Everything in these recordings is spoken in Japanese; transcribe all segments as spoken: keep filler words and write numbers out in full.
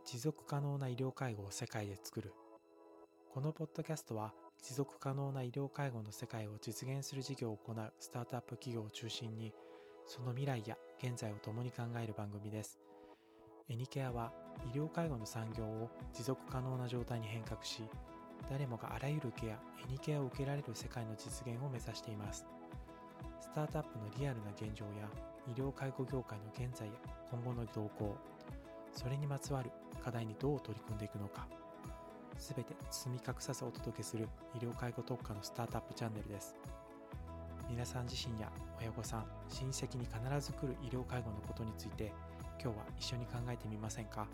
持続可能な医療介護を世界で作る。このポッドキャストは持続可能な医療介護の世界を実現する事業を行うスタートアップ企業を中心に、その未来や現在を共に考える番組です。エニケアは医療介護の産業を持続可能な状態に変革し、誰もがあらゆるケア、エニケアを受けられる世界の実現を目指しています。スタートアップのリアルな現状や医療介護業界の現在や今後の動向、それにまつわる課題にどう取り組んでいくのか、すべて包み隠さずお届けする医療介護特化のスタートアップチャンネルです。皆さん自身や親御さん、親戚に必ず来る医療介護のことについて、今日は一緒に考えてみませんか。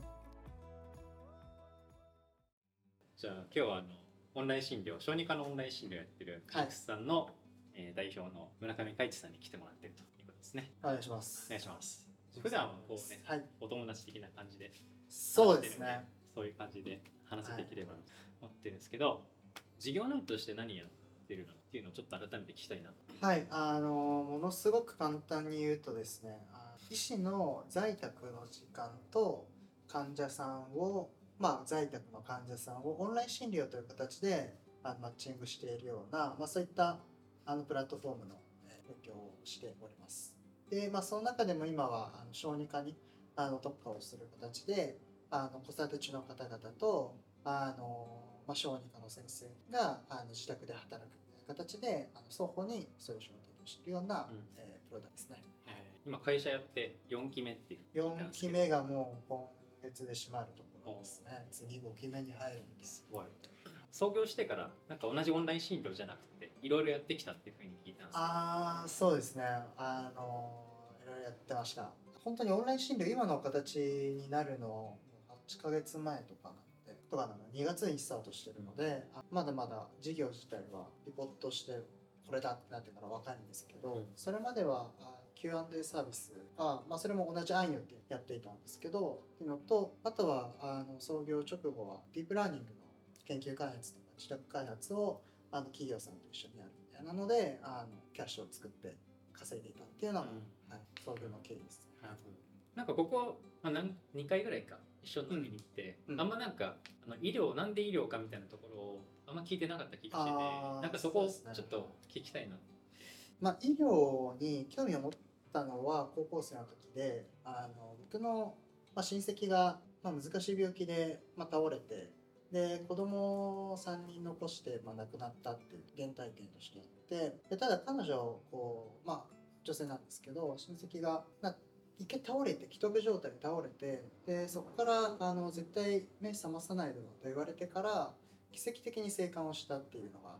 じゃあ今日はあのオンライン診療、小児科のオンライン診療やってるカリクスさんの、はいえー、代表の村上海一さんに来てもらっているということですね。 お願いします。 お願いします。普段はこうね、 はい、 お友達的な感じで、 そうですね。 そういう感じで話せていければと思ってるんですけど、はい、事業内容として何やってるのっていうのをちょっと改めて聞きたいなと。 はい、あのものすごく簡単に言うとですね、医師の在宅の時間と患者さんを、まあ、在宅の患者さんをオンライン診療という形であのマッチングしているような、まあ、そういったあのプラットフォームの提供をしております。で、まあ、その中でも今はあの小児科にあの特化をする形で、あの子育て中の方々とあの、まあ、小児科の先生があの自宅で働く形であの双方にソリューションを提供しているような、うんえー、プロダクトですね。 今会社やってよんきめっていうよんきめがもう今月で閉まるところですね。次ごきめに入るんです。 すごい。創業してからなんか同じオンライン診療じゃなくていろいろやってきたっていうふうに聞いたんですけど。 ああ、そうですね。あのいろいろやってました。本当にオンライン診療今の形になるのはちかげつまえとかなので、とかなのにがつにスタートしてるので、まだまだ事業自体はピボットしてこれだってなってから分かるんですけど、うん、それまではキューアンドエー サービスは、まあ、それも同じアンヨってやっていたんですけどっていうのと、あとはあの創業直後はディープラーニングの研究開発とか自宅開発をあの企業さんと一緒にやるみたいなので、あのキャッシュを作って稼いでいたっていうのが、うんはい、創業の経緯です。 なんかここ、まあ、にかいぐらいか一緒に飲みに行って、うん、あんまなんかあの医療なんで医療かみたいなところをあんま聞いてなかった気がしてて、なんかそこをちょっと聞きたいな。 まあ、医療に興味を持ったのは高校生の時で、あの僕の、まあ、親戚が、まあ、難しい病気で、まあ、倒れて、で子供をさんにん残して、まあ、亡くなったっていう原体験としてあって、でただ彼女こう、まあ、女性なんですけど、親戚が一回倒れて、既得状態で倒れて、でそこからあの絶対目覚まさないでと言われてから奇跡的に生還をしたっていうのがあって、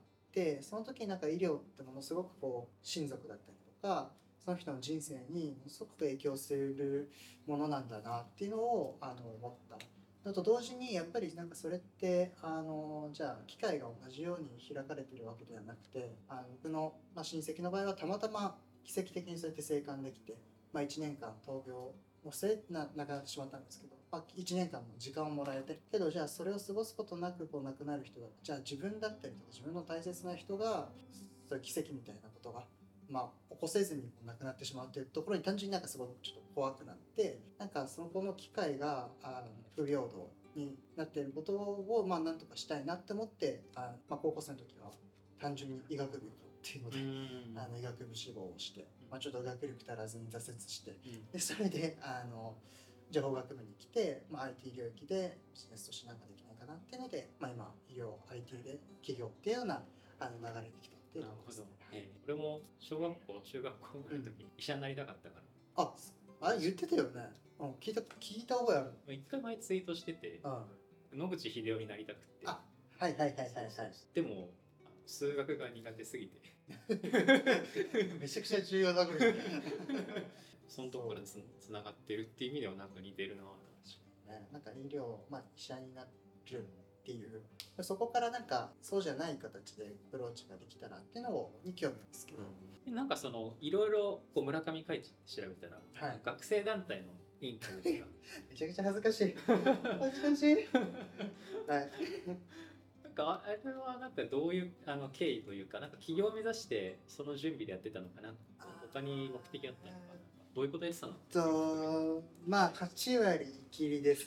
その時になんか医療ってものすごくこう親族だったりとかその人の人生にものすごく影響するものなんだなっていうのをあの思った。だと同時にやっぱりなんかそれってあのじゃあ機会が同じように開かれてるわけではなくて、あの僕の、まあ、親戚の場合はたまたま奇跡的にそうやって生還できて、まあ、いちねんかん闘病をせな亡くなってしまったんですけど、まあ、いちねんかんの時間をもらえてけど、じゃあそれを過ごすことなくこう亡くなる人が、じゃあ自分だったりとか自分の大切な人がそういう奇跡みたいなことが、まあ、起こせずに亡くなってしまうっていうところに単純になんかすごくちょっと怖くなって、なんかその子の機会があの不平等になっていることをまあなんとかしたいなって思って、あ、まあ、高校生の時は単純に医学部っていうので、あの医学部志望をして、まあ、ちょっと学力足らずに挫折して、でそれであのじゃあ法学部に来て、まあ、アイティー 領域でビジネスとしてなんかできないかなっていうので、まあ、今医療 アイティー で企業っていうようなあの流れできたっていうところですね。 なるほど、えー、俺も小学校中学校ぐらいの時に医者になりたかったから、 うん、ああ言ってたよね、うん、聞いた聞いた覚えある。 一回前ツイートしてて、うん、野口英世になりたくて、 あはいはいはいはいはい。 でも数学が苦手すぎてめちゃくちゃ重要なことそのところからつながってるっていう意味ではなんか似てるなと思って、ね、なんか医療、まあ、医者になるっていう、そこからなんかそうじゃない形でアプローチができたらっていうのをに興味ですけど、 うん、なんかそのいろいろこう村上海一って調べたら、はい、学生団体のインタビューがめちゃくちゃ恥ずかしい恥ずかしいはいあれはなんかどういうあの経緯というか、なんか起業を目指してその準備でやってたのかな、他に目的あったのかな、どういうことやってたの？ とまあはちわりきりですね。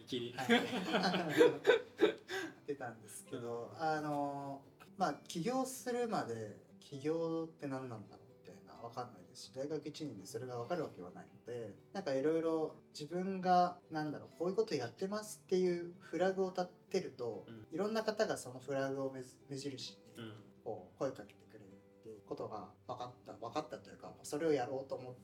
いきり、 はい、やってたんですけど、あのまあ起業するまで起業って何なんだろうっていうのは分かんないですし、大学いちねんでそれが分かるわけはないので、なんかいろいろ自分がなんだろうこういうことやってますっていうフラグを立てると、うん、いろんな方がそのフラグを目印にこう声かけてくれるっていうことが分かった分かったというか、それをやろうと思って、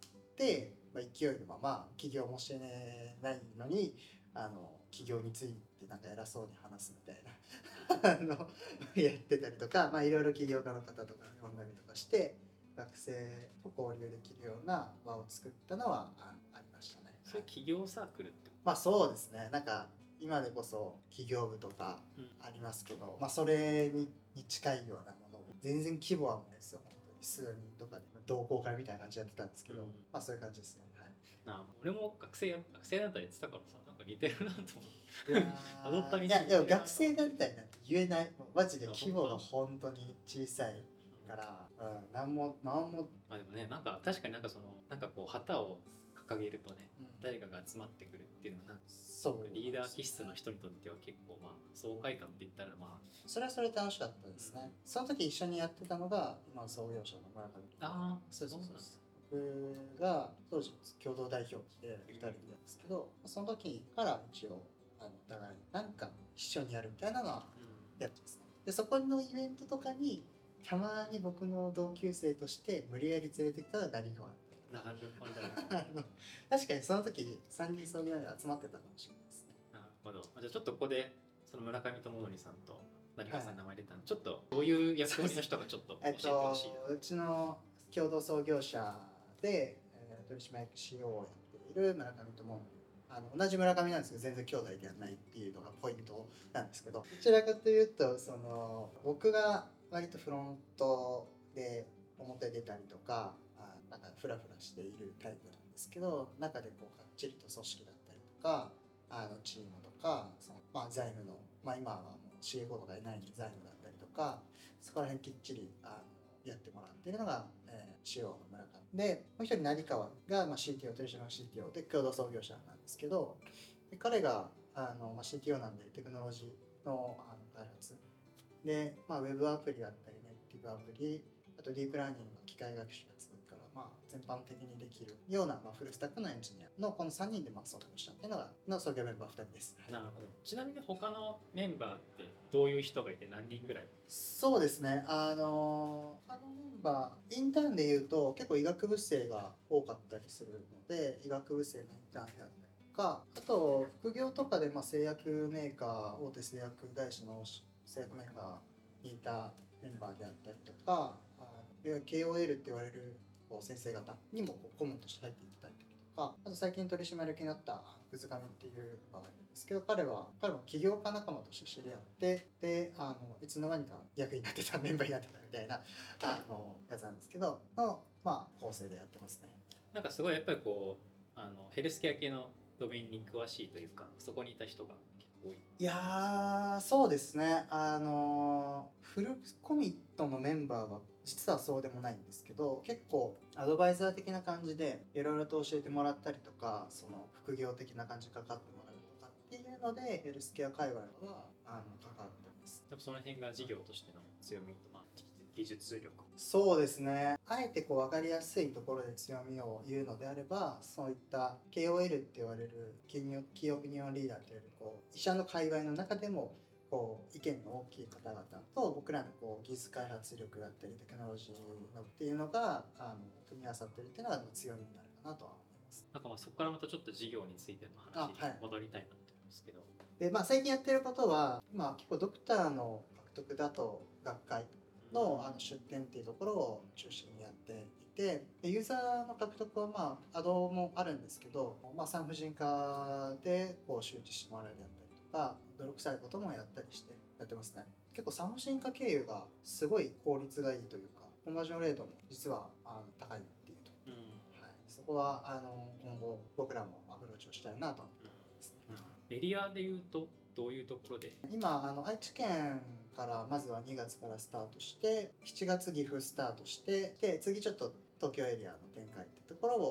まあ、勢いのまま起業もしてないのにあの起業についてなんか偉そうに話すみたいなあのやってたりとか、まあいろいろ起業家の方とか呼んだりとかして学生と交流できるような場を作ったのは あ, ありましたね。 それ起業サークルって、 まあそうですね。なんか今でこそ起業部とかありますけど、うん、まあそれ に, に近いようなもの、全然規模はないですよ。本当に数人とかで同好会みたいな感じでやってたんですけど、うん、まあそういう感じですね。はい、 な俺も学生学生団体やってたからさ、なんか似てるなと思って。踊ったみたいな。いや、でも学生団体なんて言えない。マジで規模が本当に小さいから、うん、なんもなんも。 まあでもね、なんか確かになんかそのなんかこう旗を掲げるとね、うん、誰かが集まってくるっていうのはなんかそうリーダー気質の人にとっては結構まあ爽快感って言ったらまあそれはそれ楽しかったですね。うん、その時一緒にやってたのが今の創業者の村上。 ああ、 そうそうそう。僕が当時共同代表でふたりでやるんですけど、その時から一応あのお互いなんか一緒にやるみたいなのはやってますね。でそこのイベントとかにたまに僕の同級生として無理やり連れてきたら何がなるほど確かにその時さんにんそれぐらい集まってたかもしれないですね。 なるほど。じゃあちょっとここでその村上智則さんと成川さんの名前出たの、はい、ちょっとどういう役割の人がちょっと教えてほしい、 えっと、うちの共同創業者で、えー、取締役 シーイーオー をやっている村上智則、あの同じ村上なんですけど全然兄弟ではないっていうのがポイントなんですけど、どちらかというとその僕が割とフロントで表出たりとか、あなんかフラフラしているタイプなんですけど、中でこうがっちりと組織だったりとかあのチームとかその、まあ、財務の、まあ、今はもう シーエフオー がいないんで財務だったりとかそこら辺きっちりあのやってもらっているのが、えー、シーイーオー の村上で、もう一人成川が、まあ、シーティーオー 取締役 シーティーオー で共同創業者なんですけど、で彼があの、まあ、シーティーオー なんでテクノロジーのあの開発で、まあ、ウェブアプリだったりネイティブアプリ、あとディープラーニングの機械学習やつから、まあ、全般的にできるような、まあ、フルスタックのエンジニアのこのさんにんでまあ創業したっていうのがの創業メンバーふたりです。 なるほど。ちなみに他のメンバーってどういう人がいて何人ぐらい？ そうですね、あの他のメンバーインターンでいうと結構医学部生が多かったりするので、医学部生のインターンであったりとか、あと副業とかでまあ製薬メーカー大手製薬会社の製薬メーカーにいたメンバーであったりとか、ケーオーエル って言われる先生方にも顧問として入っていただいたりとか、あと最近取締役になった福塚上っていうのがいるんですけど、彼は彼も起業家仲間として知り合って、であのいつの間にか役になってたメンバーになってたみたいなあのやつなんですけどの、まあ、構成でやってますね。 なんかすごいやっぱりこうあのヘルスケア系のドメインに詳しいというか、そこにいた人が結構多い。 いやーそうですね、あのフルコミットのメンバーは実はそうでもないんですけど、結構アドバイザー的な感じでいろいろと教えてもらったりとか、その副業的な感じでかかってもらうとかっていうのでヘルスケア界隈はあの関わってます。 その辺が事業としての強みと、まあ、技術力。 そうですね、あえてこう分かりやすいところで強みを言うのであれば、そういった ケーオーエル って言われるキーオピニオンリーダーというこう医者の界隈の中でもこう意見の大きい方々と僕らのこう技術開発力だったりテクノロジーのっていうのがあの組み合わさってるっていうのが強みになるかなとは思います。 なんかまあそこからまたちょっと事業についての話に戻りたいなと思うんですけど、はい、 でまあ、最近やってることは、まあ、結構ドクターの獲得だと学会のあの出展っていうところを中心にやっていて、でユーザーの獲得はまあアドもあるんですけど、まあ、産婦人科でこう周知してもらえるやったりとか泥臭いこともやったりしてやってますね。結構産婦人科経由がすごい効率がいいというかコンバージョンレートも実はあの高いっていうと、うんはい、そこはあの今後僕らもアプローチをしたいなと思ってます、 うんうん、エリアでいうとどういうところで？ 今あの愛知県からまずはにがつからスタートしてしちがつ岐阜スタートして、で次ちょっと東京エリアの展開ってところをやっ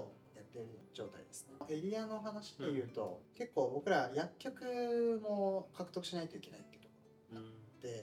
っている状態ですね。エリアの話で言うと、うん、結構僕ら薬局も獲得しないといけないっていうところがあって、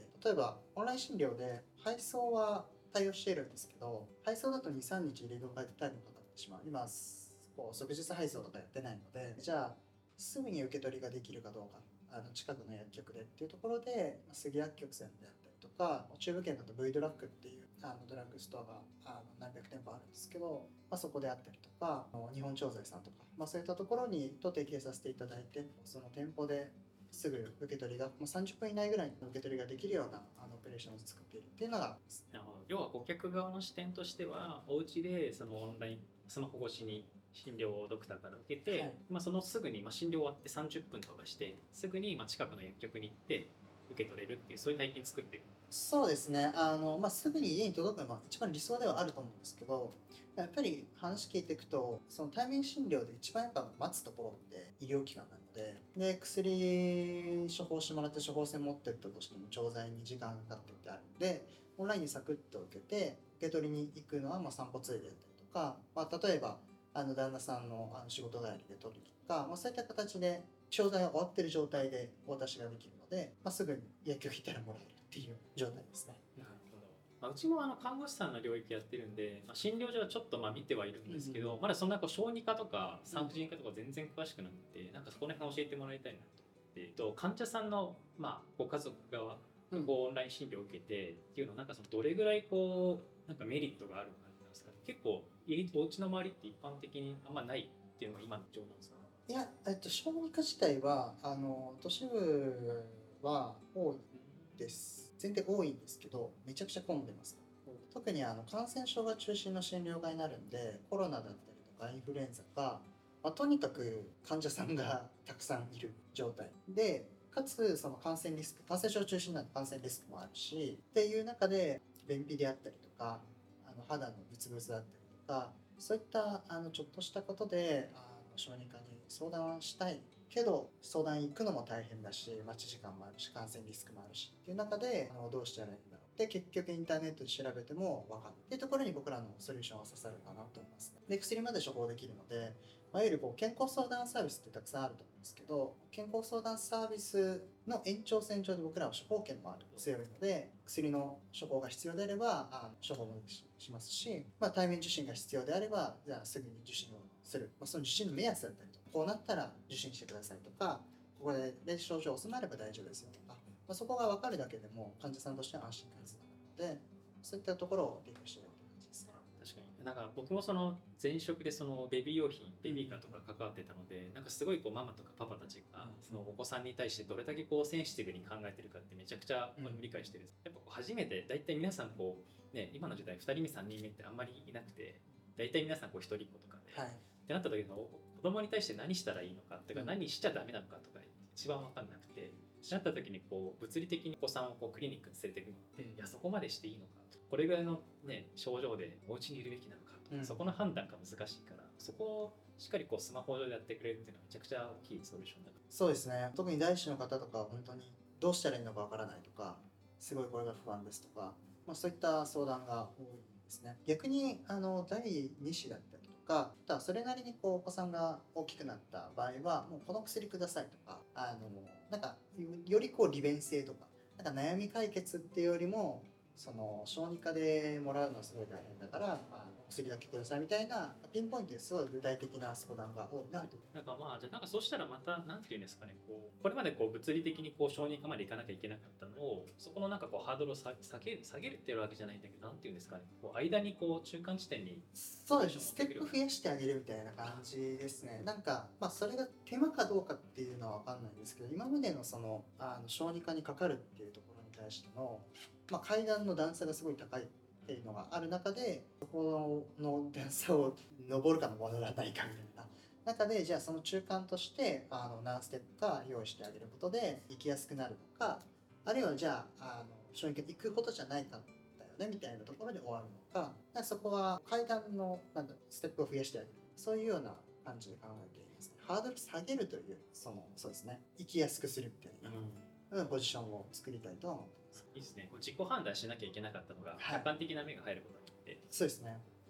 うん、例えばオンライン診療で配送は対応しているんですけど、配送だと にさんにちリードタイムがかかってしまう。今こう即日配送とかやってないので、じゃあすぐに受け取りができるかどうか、あの近くの薬局でっていうところで、杉薬局線であったりとか、中部圏だと V ドラッグっていうあのドラッグストアがあの何百店舗あるんですけど、まあ、そこであったりとか、日本調剤さんとか、まあ、そういったところにと提携させていただいて、その店舗ですぐ受け取りがもうさんじゅっぷん以内ぐらいの受け取りができるようなあのオペレーションを作っているっていうのが、 なるほど。要は顧客側の視点としては、お家でそのオンラインスマホ越しに診療をドクターから受けて、はい、まあ、そのすぐに、まあ、診療終わってさんじゅっぷんとかしてすぐにまあ近くの薬局に行って受け取れるっていう、そういう体験作っている。 そうですね、あの、まあ、すぐに家に届くのが一番理想ではあると思うんですけど、やっぱり話聞いていくと、その対面診療で一番やっぱ待つところって医療機関なので、で薬処方してもらって処方箋持ってったとしても調剤に時間がかかってってあるので、オンラインにサクッと受けて受け取りに行くのはまあ散歩ついであったりとか、まあ、例えばあの旦那さんのあの仕事帰りで取るとか、まあ、そういった形で調剤が終わってる状態でお渡しができるので、まあ、すぐに薬局行ったらもらえるっていう状態ですね。 なるほど。まあ、うちもあの看護師さんの領域やってるんで、まあ、診療所はちょっとまあ見てはいるんですけど、うん、まだそんなこう小児科とか産婦人科とか全然詳しくなくて、うん、なんかそこら辺教えてもらいたいなと思って、と患者さんのまあご家族側がこうオンライン診療を受けてっていうのをなんかそのどれぐらいこうなんかメリットがあるのかなんですか、ね、結構お家の周りって一般的にあんまないっていうのが今の状況なんですか。 いや、えっと、小児科自体はあの都市部は多いです。全然多いんですけど、めちゃくちゃ混んでます。特にあの感染症が中心の診療科になるんで、コロナだったりとかインフルエンザか、まあ、とにかく患者さんがたくさんいる状態で、かつその感染リスク、感染症中心なので感染リスクもあるしっていう中で、便秘であったりとか、あの肌のブツブツだったりとか、そういったあのちょっとしたことであの小児科に相談したいけど相談行くのも大変だし、待ち時間もあるし、感染リスクもあるしっていう中で、あのどうしたらいいんだろうで、結局インターネットで調べても分かるっていうところに僕らのソリューションは刺さるかなと思いますね。で、薬まで処方できるので、いわゆるこう健康相談サービスってたくさんあると思うんですけど、健康相談サービスの延長線上で僕らは処方権もある強いので、薬の処方が必要であればあ処方もしますし、まあ、対面受診が必要であればじゃあすぐに受診をする、まあ、その受診の目安だったりとか、こうなったら受診してくださいとか、ここで症状収まれば大丈夫ですよとか、まあ、そこが分かるだけでも患者さんとしては安心感につながるので、そういったところを理解しているという感じですね。 確かに、なんか僕もその前職でそのベビー用品、ベビーカーとか関わってたので、なんかすごいこうママとかパパたちがそのお子さんに対してどれだけこうセンシティブに考えてるかってめちゃくちゃ理解してるんです。やっぱこう初めて大体皆さんこうね、今の時代ふたりめさんにんめってあんまりいなくて、大体皆さんこう一人っ子とかで、はい、ってなった時の子供に対して何したらいいのかとか、何しちゃダメなのかとか一番分かんなくて、なった時にこう物理的にお子さんをこうクリニックに連れていくのって、いやそこまでしていいのか、これぐらいの、ね、症状でお家にいるべきなのかとか、うん、そこの判断が難しいから、そこをしっかりこうスマホ上でやってくれるっていうのはめちゃくちゃ大きいソリューションだと。 そうですね。特に第一の方とかは本当にどうしたらいいのかわからないとか、すごいこれが不安ですとか、まあ、そういった相談が多いですね。逆にあのだいに子だったりとか、ただそれなりにこうお子さんが大きくなった場合はもうこの薬くださいとか、あのなんかよりこう利便性とか、なんか悩み解決っていうよりも、その小児科でもらうのはすごい大変だから、まあ、薬だけくださいみたいなピンポイントですごい具体的な相談が多いなと。 なんかまあじゃあなんかそうしたらまたなんていうんですかね、こうこれまでこう物理的にこう小児科まで行かなきゃいけなかったのを、そこのなんかこうハードルを下げる下げるっていうわけじゃないんだけど、なんていうんですかね、こう間にこう中間地点にそうです、ステップ増やしてあげるみたいな感じですね。なんかまあそれが手間かどうかっていうのは分かんないんですけど、今までのそのあの小児科にかかるっていうところに対しての、まあ、階段の段差がすごい高いっていうのがある中で、そこの段差を登るか登らないかみたいな中で、じゃあその中間としてあの何ステップか用意してあげることで行きやすくなるのか、あるいはじゃあ、あの小児科に行くことじゃないかだよねみたいなところで終わるのか、かそこは階段のなんだステップを増やしてあげる、そういうような感じで考えていますね。ハードル下げるというそのそうですね、行きやすくするみたいな、うん、ポジションを作りたいとは思ってます。 いいですね。自己判断しなきゃいけなかったのが客観的な目が入ることによって、 そうですね。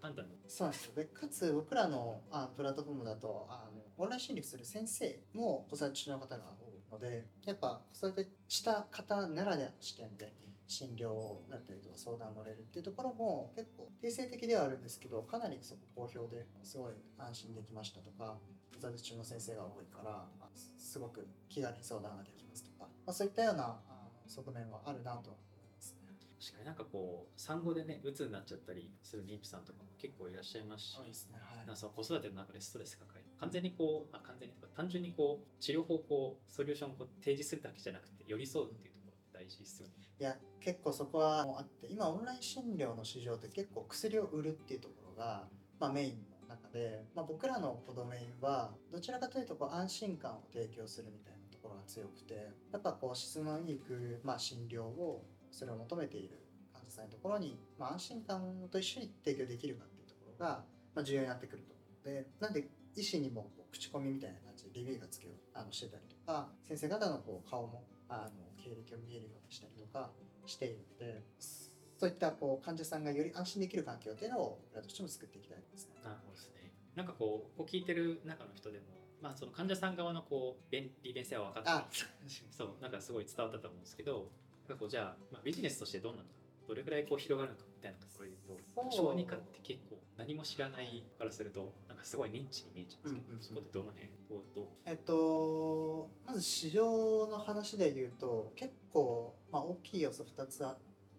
判断の。 そうなんですよ。でかつ僕らのあプラットフォームだとあのオンライン診療する先生も子育て中の方が多いので、やっぱ子育てした方ならではの視点で診療だったりとか相談乗れるっていうところも結構定性的ではあるんですけど、かなりそこ好評ですごい安心できましたとか、子育て中の先生が多いからすごく気軽に相談ができますとか、まあ、そういったようなあ側面はあるなと思いますね。 確かになんかこう産後でね鬱になっちゃったりする妊婦さんとかも結構いらっしゃいますし、 そうですね、はい、 なんかその子育ての中でストレス抱える、完全にこう、あ、完全に単純にこう治療法をこうソリューションをこう提示するだけじゃなくて寄り添うっていうところって大事ですよね。 いや結構そこはあって、今オンライン診療の市場って結構薬を売るっていうところが、まあ、メインの中で、まあ、僕らのドメインはどちらかというとこう安心感を提供するみたいなところが強くて、やっぱこう質のいい、まあ、診療をそれを求めている患者さんのところに、まあ、安心感と一緒に提供できるかっていうところが、まあ、重要になってくると思うので、なんで医師にもこう口コミみたいな感じでレビューがつけをあのしてたりとか、先生方のこう顔もあの経歴を見えるようにしたりとかしているので、そういったこう患者さんがより安心できる環境っていうのを僕らとしても作っていきたいですね。 なるほどですね。なんかこうこう聞いてる中の人でも、まあ、その患者さん側のこう便利便性は分かってあそうなんかすごい伝わったと思うんですけど、なんかこうじゃあ、まあ、ビジネスとしてどうなのか、どれくらいこう広がるのかみたいなところで言うと、小児科って結構何も知らないからするとなんかすごいニッチに見えちゃうんですけど、うんうんうん、そこでどの辺どうどうえっとまず市場の話で言うと結構、まあ、大きい要素ふたつあって、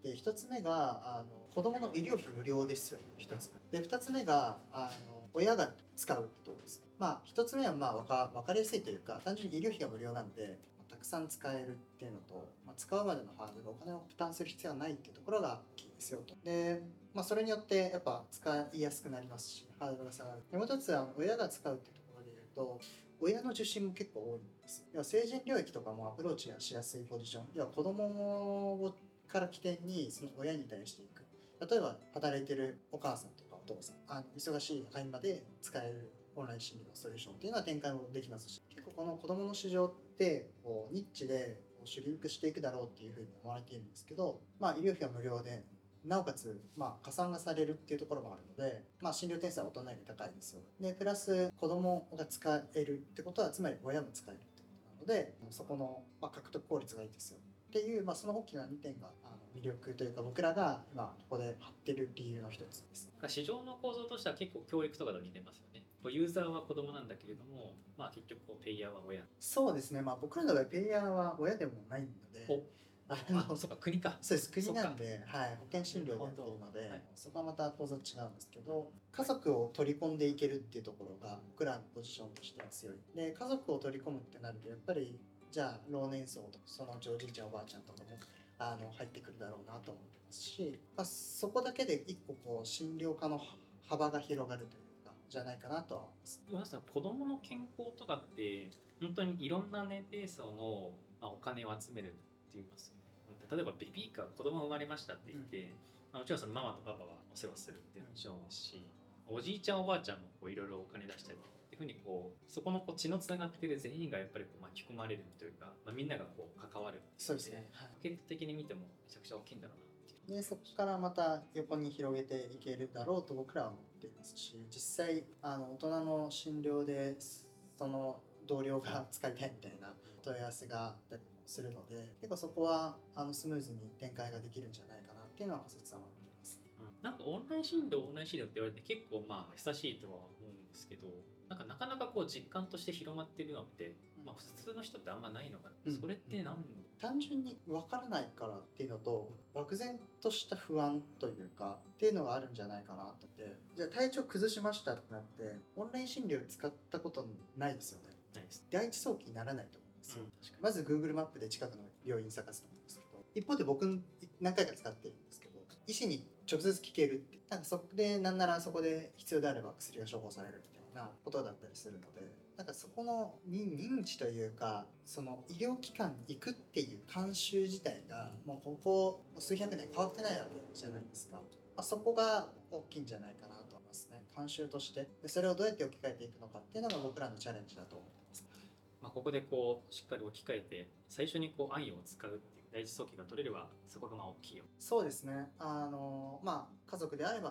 ひとつめがあの子どもの医療費無料ですよね、ひとつで、ふたつめがあの親が使うってことです。まあ、ひとつめはまあ分か、分かりやすいというか、単純に医療費が無料なんでたくさん使えるっていうのと、まあ、使うまでのハードル、お金を負担する必要はないっていうところが大きいですよと。で、まあ、それによってやっぱ使いやすくなりますし、ハードルが下がる。でもう一つは親が使うっていうところで言うと、親の受診も結構多いんです。要は成人領域とかもアプローチがしやすいポジション、要は子供をから起点にその親に対していく。例えば働いてるお母さんとかお父さん、あの忙しい合間で使えるオンライン診療ソリューションっていうのは展開もできますし、結構この子どもの市場ってこうニッチでシュリンクしていくだろうっていうふうに思われているんですけど、まあ、医療費は無料でなおかつ、まあ、加算がされるっていうところもあるので、まあ、診療点数は大人より高いですよ。でプラス子どもが使えるってことはつまり親も使えるってことなので、そこの、まあ、獲得効率がいいですよっていう、まあ、その大きなにてんがあの魅力というか、僕らが今ここで張ってる理由の一つです。 市場の構造としては結構教育とかと似てますよね。ユーザーは子供なんだけれども、まあ、結局こうペイヤーは親。 そうですね、まあ、僕らの場合ペイヤーは親でもないので、 あのそうか国か。 そうです、国なんで、はい、保険診療でやってるので、はい、そこはまた構造違うんですけど、家族を取り込んでいけるっていうところが僕らのポジションとしては強い。で家族を取り込むってなるとやっぱりじゃあ老年層とかそのうちおじいちゃんおばあちゃんとかもあの入ってくるだろうなと思ってますし、まあ、そこだけで一個こう診療科の幅が広がるというかじゃないかなとは思います。 皆さん子どもの健康とかって本当にいろんな年齢層の、まあ、お金を集めるって言いますよね。例えばベビーカー、子供生まれましたって言って、うん、もちろんそのママとパパはお世話するっていうのももちろんですし、おじいちゃんおばあちゃんもいろいろお金出したりっていうふうにこうそこのこう血のつながっている全員がやっぱりこう巻き込まれるというか、まあ、みんながこう関わる。 そうですね、はい、 結果的に見てもめちゃくちゃ大きいんだろうなっていう。 でそこからまた横に広げていけるだろうと僕らは思っていますし、実際あの大人の診療でその同僚が使いたいみたいな問い合わせがあったりするので、結構そこはあのスムーズに展開ができるんじゃないかなっていうのは仮説は思っています。 うん、なんかオンライン診療オンライン診療って言われて結構まあ久しいとは思うんですけど、なんかなかなかこう実感として広まってるのって、まあ、普通の人ってあんまないのかな、うん、それって何、うん、 単純に分からないからっていうのと漠然とした不安というかっていうのがあるんじゃないかなと思って、じゃあ体調崩しましたってなってオンライン診療使ったことないですよね。 ないです。 第一早期にならないと思うんですよ、 うん、 まず Google マップで近くの病院探すと思うんですけど、一方で僕何回か使ってるんですけど医師に直接聞けるって、なんかそこでなんならそこで必要であれば薬が処方されるみたいなことだったりするので、なんかそこの認知というかその医療機関に行くっていう慣習自体がもうここ数百年変わってないわけじゃないですか。まあ、そこが大きいんじゃないかなと思いますね、慣習として。でそれをどうやって置き換えていくのかっていうのが僕らのチャレンジだと思ってます。 まあ、ここでこうしっかり置き換えて最初にこう愛を使うっていう第一早期が取れればそこがまあ大きいよ。 そうですね、あのまあ家族であれば愛を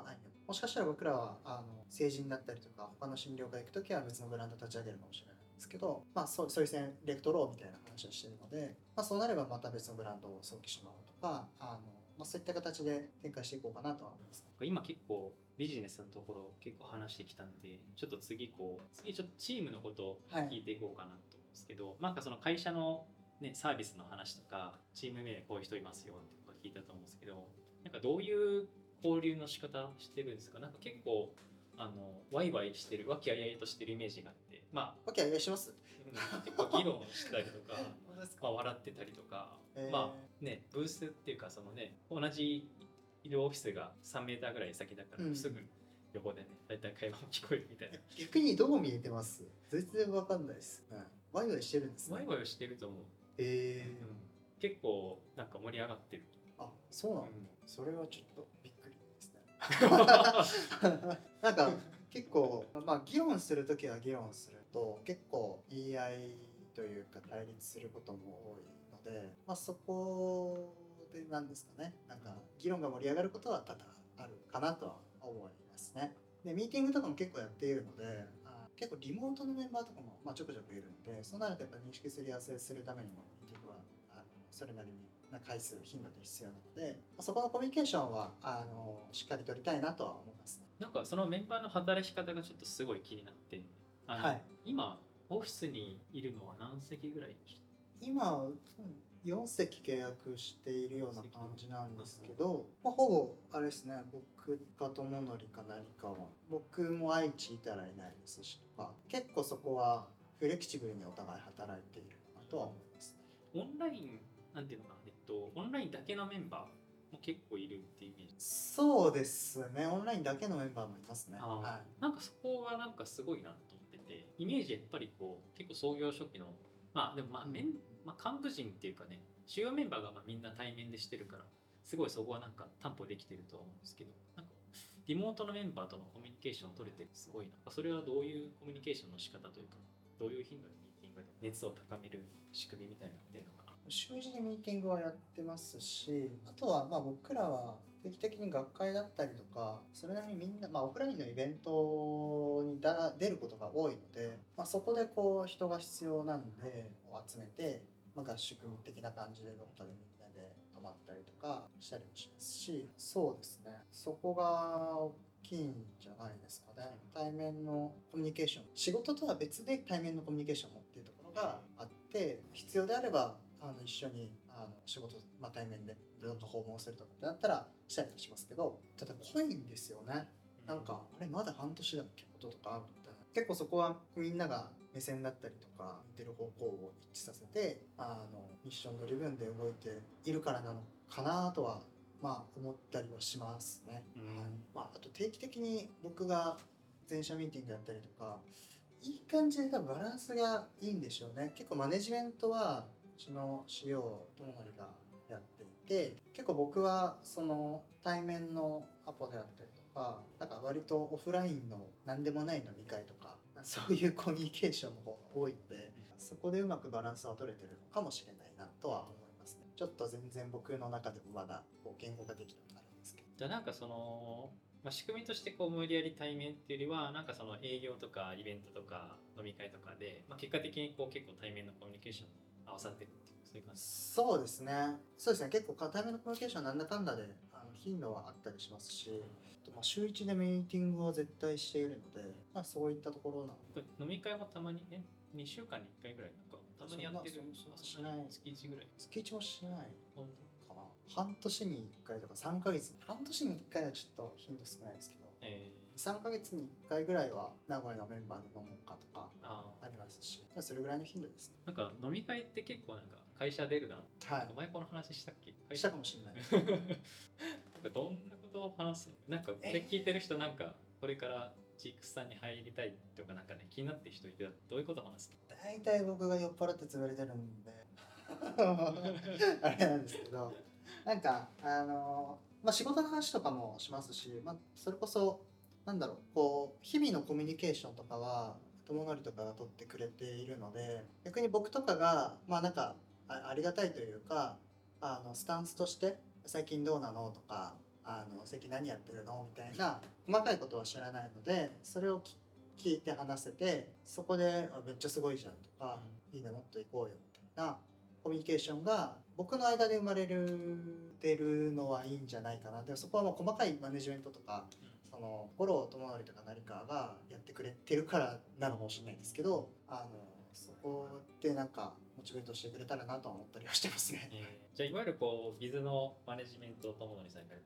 もしかしたら僕らはあの成人だったりとか他の診療科行くときは別のブランド立ち上げるかもしれないですけど、まあ、そうそういう戦略取ろうみたいな話をしているので、まあ、そうなればまた別のブランドを早期しまうとかあの、まあ、そういった形で展開していこうかなとは思います。 今結構ビジネスのところ結構話してきたんで、ちょっと次こう次ちょっとチームのことを聞いていこうかなと思うんですけど、はい、なんかその会社の、ね、サービスの話とかチーム名こういう人いますよってことを聞いたと思うんですけど、なんかどういう交流の仕方してるんですか？なんか結構あのワイワイしてる、和気あいあいとしてるイメージがあって、まあ和気あいあいします。 結構議論したりとかまあ笑ってたりとか、えー、まあねブースっていうかそのね同じ医療オフィスがさんメーターぐらい先だから、うん、すぐ横でね大体会話も聞こえるみたいな。 逆にどう見えてます？全然わかんないです、うん、ワイワイしてるんですね。 ワイワイしてると思う。 えーうん、結構なんか盛り上がってる。 あ、そうなの、うん、それはちょっとびっくりですねなんか結構まあ議論するときは議論すると結構言い合いというか対立することも多いので、まあ、そこでなんですかね、なんか議論が盛り上がることは多々あるかなとは思いますね。でミーティングとかも結構やっているので、あ結構リモートのメンバーとかもまあちょくちょくいるので、そうなるとやっぱ認識すり合わせするためにもミーティングはあのそれなりにな回数頻度で必要なので、そこのコミュニケーションはあのしっかり取りたいなとは思いますね。 なんかそのメンバーの働き方がちょっとすごい気になって、あの、はい、今オフィスにいるのは何席ぐらい？ 今よん席契約しているような感じなんですけど、まあ、ほぼあれですね、僕か友則か何かは、僕も愛知いたらいないですしとか、結構そこはフレキシブルにお互い働いているなとは思います。 オンラインなんていうのかな、えっとオンラインだけのメンバーも結構いるっていうイメージ。 そうですね、オンラインだけのメンバーもいますね。はい、 なんかそこはなんかすごいなと思ってて、イメージやっぱりこう結構創業初期のまあでもまあメン、まあ、幹部陣っていうかね、主要メンバーがまあみんな対面でしてるからすごいそこはなんか担保できてると思うんですけど、なんかリモートのメンバーとのコミュニケーションを取れてすごいな。それはどういうコミュニケーションの仕方というか、どういう頻度でミーティングで熱を高める仕組みみたいなのっていうのかな。 週次でミーティングはやってますし、あとはまあ僕らは定期的に学会だったりとか、それなりにみんな、まあ、オフラインのイベントにだ出ることが多いので、まあ、そこでこう人が必要なんで集めて、まあ、合宿的な感じでどっかでみんなで泊まったりとかしたりもしますし、そうですね、そこが大きいんじゃないですかね。対面のコミュニケーション、仕事とは別で対面のコミュニケーションをっていうところがあって、必要であればあの一緒にあの仕事、まあ、対面でどっか訪問するとかってなったらしたりしますけど、ただ濃いんですよね。なんかあれまだ半年だっけこととかあるみたいな。結構そこはみんなが目線だったりとか似てる方向を一致させて、あのミッションドリブンで動いているからなのかなとはまあ思ったりはしますね。うん、はい、まあ、あと定期的に僕が全社ミーティングやったりとか、いい感じで多分バランスがいいんでしょうね。結構マネジメントはうちのシーオー友則がやっていて、結構僕はその対面のアポであったりとか、なんか割とオフラインの何でもない飲み会とか、そういうコミュニケーションの方が多いので、そこでうまくバランスは取れてるのかもしれないなとは思いますね。ちょっと全然僕の中でもまだこう言語ができてないんですけど。 じゃあなんかその、まあ、仕組みとしてこう無理やり対面っていうよりは、なんかその営業とかイベントとか飲み会とかで、まあ、結果的にこう結構対面のコミュニケーション合わさってるっていう、そういう感じ。 そうですね。そうですね。結構対面のコミュニケーションなんだかんだであの頻度はあったりしますし、まあ、週いちでミーティングは絶対しているので、まあ、そういったところなの。 飲み会もたまにね、にしゅうかんにいっかいぐらいなんかたまにやってる。 しない。 月いちぐらい。 月いちもしないかな。半年にいっかいとかさんかげつ、半年にいっかいはちょっと頻度少ないですけど、えー、さんかげつにいっかいぐらいは名古屋のメンバーで飲むかとかありますし、それぐらいの頻度です、ね。 なんか飲み会って結構なんか会社出るな。はい。前この話したっけ？ したかもしれない。 なんかどんなことを話すの？なんかこれ聞いてる人なんかこれからジーエックスさんに入りたいとかなんかね気になってる人いてどういうことを話すの？ 大体僕が酔っ払って潰れてるんであれなんですけど、なんかあのまあ仕事の話とかもしますし、まあそれこそなんだろうこう日々のコミュニケーションとかは友則とかが取ってくれているので、逆に僕とかがまあなんか あ, ありがたいというか、あのスタンスとして最近どうなのとか、 あの最近何やってるのみたいな細かいことは知らないので、それを聞いて話せて、そこであめっちゃすごいじゃんとか、いいねもっと行こうよみたいなコミュニケーションが僕の間で生まれるてるのはいいんじゃないかな。でそこはもう細かいマネジメントとか、その五郎友則とか成川がやってくれてるからなのかもしれないですけど、あのそこでなんかモチベートしてくれたらなと思ったりはしてますね。 えー、じゃあいわゆるこうビズのマネジメントを友則さんがやって、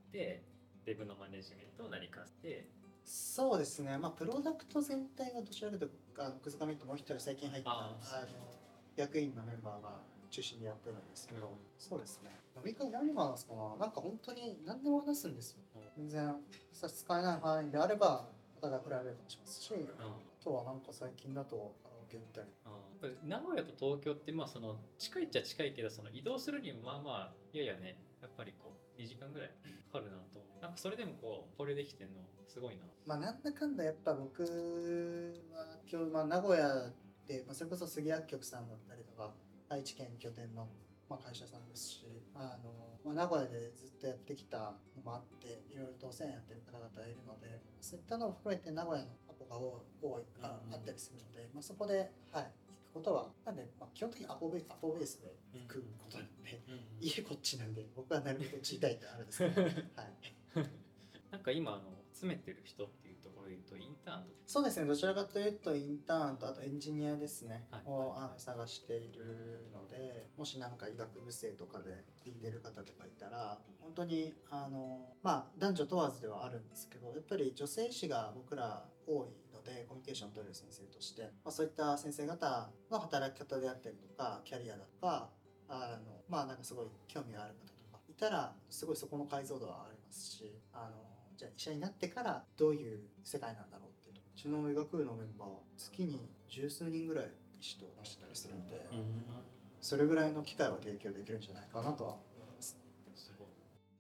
デブのマネジメントを成川して。 そうですね、まあプロダクト全体はどちらかというと、あのくずかみともう一人最近入ったああの役員のメンバーが中心にやってるんですけど、そうですね。飲み会何話すかな、なんか本当に何でも話すんですよ。全然差し支えない範囲であればお互いプライベートもしますし、あとはなんか最近だとカラオケ行ったり。 名古屋と東京ってまあその近いっちゃ近いけど、その移動するにもまあまあいやいやね、やっぱりこうにじかんぐらいかかるなと思う。なんかそれでもこうこれできてんのすごいな。 まあなんだかんだやっぱ僕は今日まあ名古屋で、まあ、それこそ杉薬局さんだったりとか愛知県拠点のまあ会社さんですし、あの、まあ、名古屋でずっとやってきたのもあっていろいろとお世話になってる方々いるので、そういったのを含めて名古屋のアポが多いああったりするので、まあ、そこで、はい、行くことはなんで、まあ、基本的にアポベアポベースで行くことなんで、うんうん、家こっちなんで僕はなるべくこっちいたいってあるんですけど、はいなんか今あの詰めてる人っていうところで言うとインターンとか。 そうですね、どちらかというとインターンとあとエンジニアですね、 はい、 をあの探しているので、もしなんか医学部生とかで聞いてる方とかいたら、本当にあのまあ男女問わずではあるんですけど、やっぱり女性誌が僕ら多いのでコミュニケーションを取れる先生として、まあ、そういった先生方の働き方であったりとかキャリアだとか、あのまあなんかすごい興味がある方とかいたらすごいそこの解像度はありますし、あのじゃあ医者になってからどういう世界なんだろうっていうと、うちの医学部のメンバー月に十数人ぐらい医師と話したりするんで、うん、それぐらいの機会は提供できるんじゃないかなとは思います。すごい。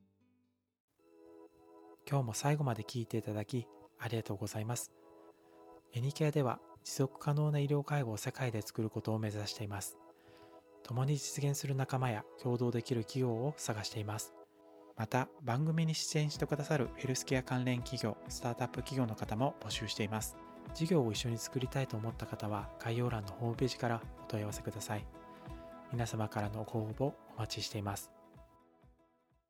今日も最後まで聞いていただきありがとうございます。エニケアでは持続可能な医療介護を世界で作ることを目指しています。共に実現する仲間や共同できる企業を探しています。また番組に出演してくださるヘルスケア関連企業、スタートアップ企業の方も募集しています。事業を一緒に作りたいと思った方は概要欄のホームページからお問い合わせください。皆様からのご応募お待ちしています。